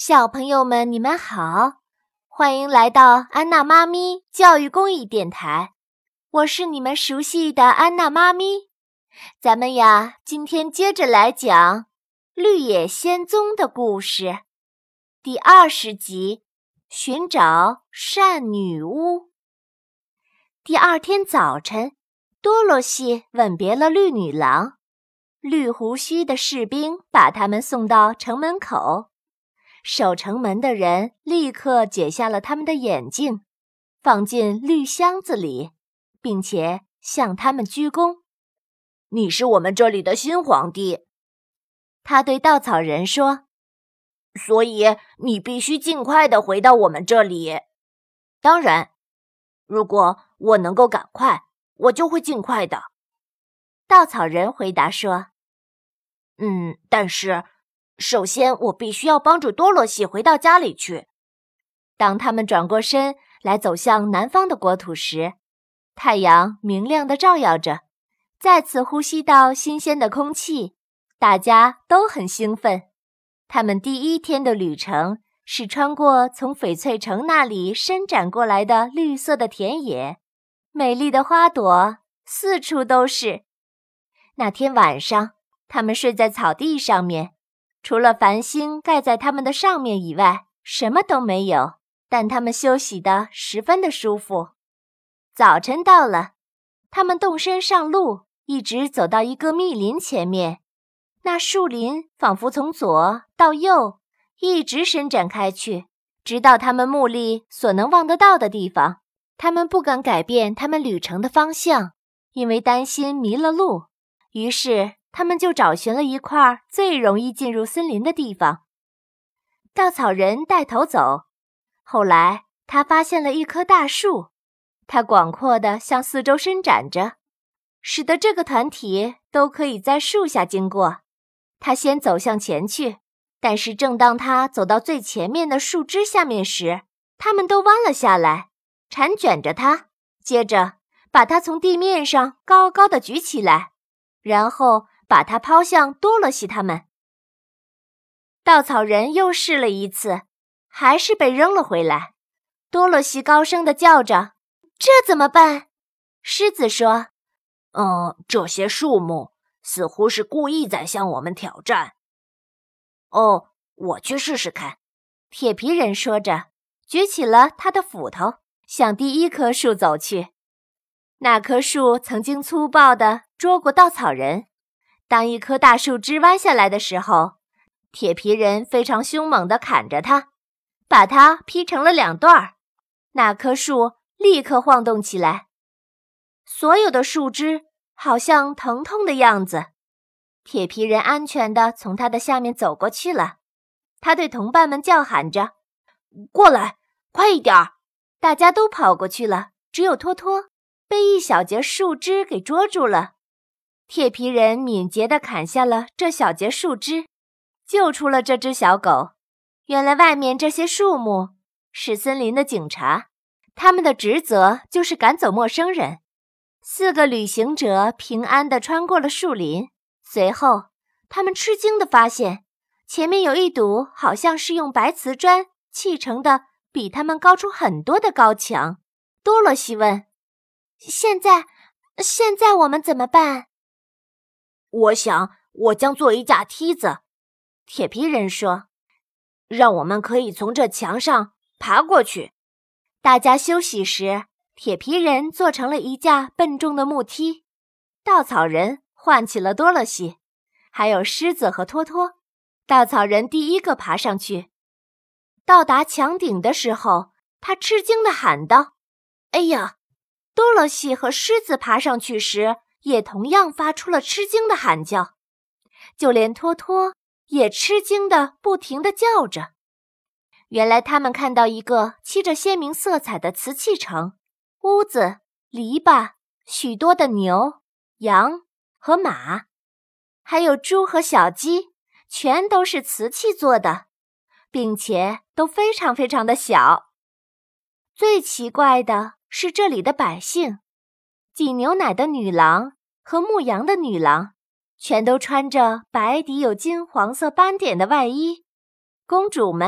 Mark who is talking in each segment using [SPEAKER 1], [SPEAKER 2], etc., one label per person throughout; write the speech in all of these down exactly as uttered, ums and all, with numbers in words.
[SPEAKER 1] 小朋友们，你们好，欢迎来到安娜妈咪教育公益电台，我是你们熟悉的安娜妈咪。咱们呀，今天接着来讲绿野仙踪的故事，第二十集，寻找善女巫。第二天早晨，多萝西吻别了绿女郎，绿胡须的士兵把他们送到城门口。守城门的人立刻解下了他们的眼镜，放进绿箱子里，并且向他们鞠躬。
[SPEAKER 2] 你是我们这里的新皇帝，
[SPEAKER 1] 他对稻草人说，
[SPEAKER 2] 所以你必须尽快地回到我们这里。当然，如果我能够赶快，我就会尽快的。
[SPEAKER 1] 稻草人回答说，
[SPEAKER 2] 嗯，但是首先，我必须要帮助多萝西回到家里去。
[SPEAKER 1] 当他们转过身来走向南方的国土时，太阳明亮地照耀着，再次呼吸到新鲜的空气，大家都很兴奋。他们第一天的旅程是穿过从翡翠城那里伸展过来的绿色的田野，美丽的花朵四处都是。那天晚上，他们睡在草地上面。除了繁星盖在他们的上面以外，什么都没有，但他们休息得十分的舒服。早晨到了，他们动身上路，一直走到一个密林前面。那树林仿佛从左到右，一直伸展开去，直到他们目力所能望得到的地方。他们不敢改变他们旅程的方向，因为担心迷了路。于是他们就找寻了一块最容易进入森林的地方。稻草人带头走，后来他发现了一棵大树，它广阔地向四周伸展着，使得这个团体都可以在树下经过。他先走向前去，但是正当他走到最前面的树枝下面时，他们都弯了下来，缠卷着它，接着把它从地面上高高地举起来，然后把它抛向多萝西他们。稻草人又试了一次，还是被扔了回来。多萝西高声地叫着，这怎么办？狮子说，
[SPEAKER 2] 嗯，这些树木似乎是故意在向我们挑战。哦，我去试试看。
[SPEAKER 1] 铁皮人说着，举起了他的斧头，向第一棵树走去。那棵树曾经粗暴地捉过稻草人。当一棵大树枝弯下来的时候，铁皮人非常凶猛地砍着它，把它劈成了两段儿。那棵树立刻晃动起来，所有的树枝好像疼痛的样子。铁皮人安全地从它的下面走过去了。他对同伴们叫喊着，
[SPEAKER 2] 过来，快一点儿！
[SPEAKER 1] 大家都跑过去了，只有托托被一小节树枝给捉住了。铁皮人敏捷地砍下了这小节树枝，救出了这只小狗。原来外面这些树木是森林的警察，他们的职责就是赶走陌生人。四个旅行者平安地穿过了树林，随后他们吃惊地发现，前面有一堵好像是用白瓷砖砌成的比他们高出很多的高墙。多萝西问，现在现在我们怎么办？
[SPEAKER 2] 我想我将做一架梯子。
[SPEAKER 1] 铁皮人说，
[SPEAKER 2] 让我们可以从这墙上爬过去。
[SPEAKER 1] 大家休息时，铁皮人做成了一架笨重的木梯，稻草人唤起了多萝西，还有狮子和托托。稻草人第一个爬上去，到达墙顶的时候，他吃惊地喊道，哎呀！多萝西和狮子爬上去时也同样发出了吃惊的喊叫，就连托托也吃惊地不停地叫着。原来他们看到一个漆着鲜明色彩的瓷器城，屋子、篱笆、许多的牛、羊和马，还有猪和小鸡，全都是瓷器做的，并且都非常非常的小。最奇怪的是这里的百姓，挤牛奶的女郎和牧羊的女郎，全都穿着白底有金黄色斑点的外衣。公主们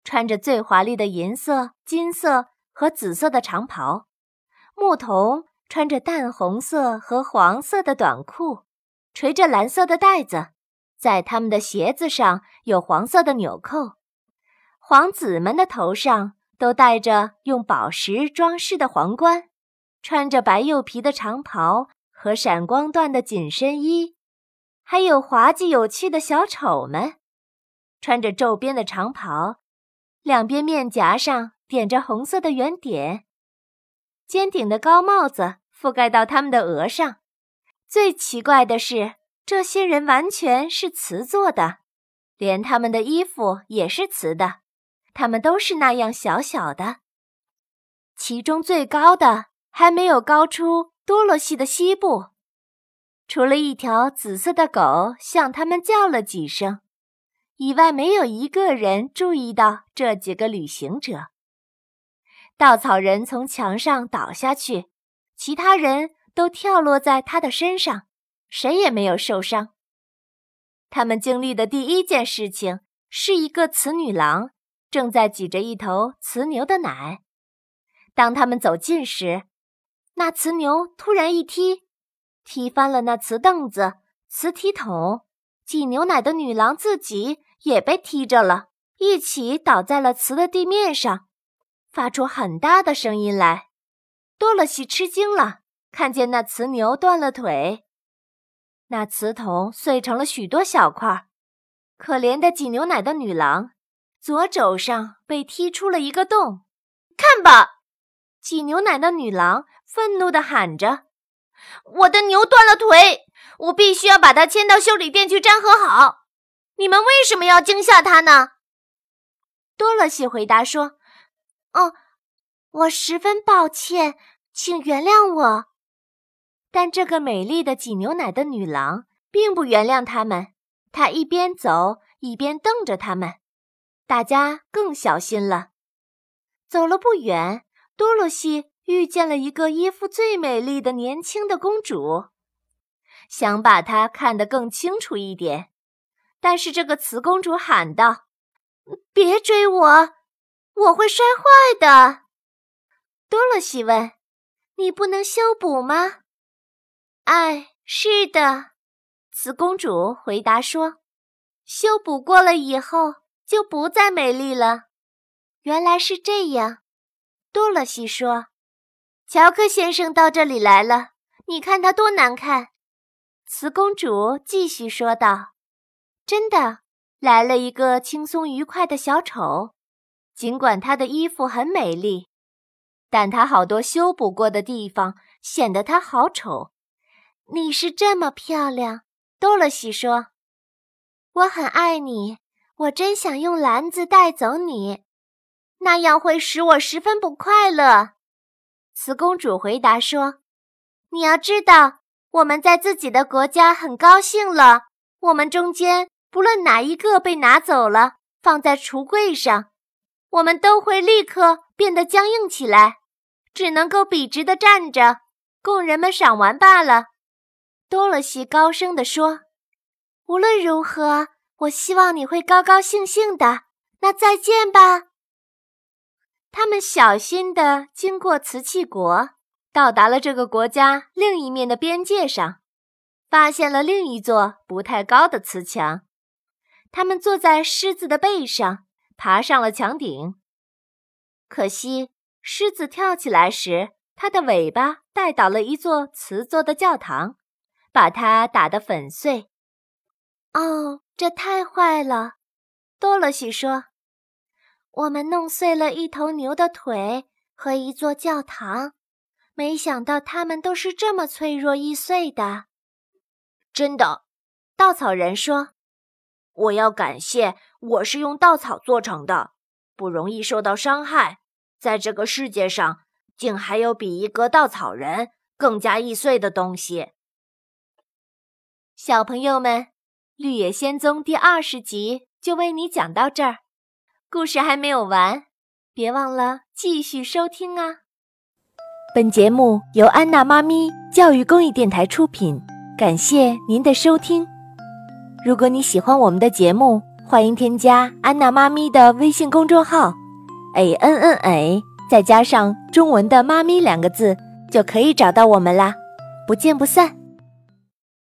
[SPEAKER 1] 穿着最华丽的银色、金色和紫色的长袍；牧童穿着淡红色和黄色的短裤，垂着蓝色的带子，在他们的鞋子上有黄色的纽扣。皇子们的头上都戴着用宝石装饰的皇冠，穿着白釉皮的长袍和闪光缎的紧身衣。还有滑稽有趣的小丑们，穿着皱边的长袍，两边面颊上点着红色的圆点，尖顶的高帽子覆盖到他们的额上。最奇怪的是，这些人完全是瓷做的，连他们的衣服也是瓷的，他们都是那样小小的。其中最高的还没有高出多罗西的膝部。除了一条紫色的狗向他们叫了几声以外，没有一个人注意到这几个旅行者。稻草人从墙上倒下去，其他人都跳落在他的身上，谁也没有受伤。他们经历的第一件事情是一个雌女郎正在挤着一头雌牛的奶。当他们走近时，那雌牛突然一踢，踢翻了那瓷凳子、瓷提桶，挤牛奶的女郎自己也被踢着了，一起倒在了瓷的地面上，发出很大的声音来。多萝西吃惊了，看见那瓷牛断了腿，那瓷桶碎成了许多小块。可怜的挤牛奶的女郎，左肘上被踢出了一个洞。看吧！挤牛奶的女郎愤怒地喊着，我的牛断了腿，我必须要把它牵到修理店去粘合好。你们为什么要惊吓它呢？多萝西回答说，哦，我十分抱歉，请原谅我。但这个美丽的挤牛奶的女郎并不原谅他们，她一边走一边瞪着他们。大家更小心了。走了不远，多萝西遇见了一个衣服最美丽的年轻的公主，想把她看得更清楚一点。但是这个瓷公主喊道，别追我，我会摔坏的。多萝西问，你不能修补吗？哎，是的，瓷公主回答说，修补过了以后就不再美丽了。原来是这样，多萝西说，乔克先生到这里来了，你看他多难看。瓷公主继续说道，真的，来了一个轻松愉快的小丑，尽管他的衣服很美丽，但他好多修补过的地方显得他好丑。你是这么漂亮，多萝西说，我很爱你，我真想用篮子带走你，那样会使我十分不快乐。瓷公主回答说，你要知道，我们在自己的国家很高兴了，我们中间不论哪一个被拿走了，放在橱柜上，我们都会立刻变得僵硬起来，只能够笔直地站着，供人们赏玩罢了。多萝西高声地说，无论如何，我希望你会高高兴兴的，那再见吧。他们小心地经过瓷器国，到达了这个国家另一面的边界上，发现了另一座不太高的瓷墙。他们坐在狮子的背上，爬上了墙顶。可惜，狮子跳起来时，它的尾巴带倒了一座瓷做的教堂，把它打得粉碎。哦，这太坏了，多萝西说，我们弄碎了一头牛的腿和一座教堂，没想到它们都是这么脆弱易碎的。真的，稻草人说，我要感谢我是用稻草做成的，不容易受到伤害。在这个世界上，竟还有比一个稻草人更加易碎的东西。小朋友们，《绿野仙踪》第二十集就为你讲到这儿，故事还没有完，别忘了继续收听啊！本节目由安娜妈咪教育公益电台出品，感谢您的收听。如果你喜欢我们的节目， 欢迎添加安娜妈咪的微信公众号 A N N A， 再加上中文的妈咪两个字，就可以找到我们啦，不见不散。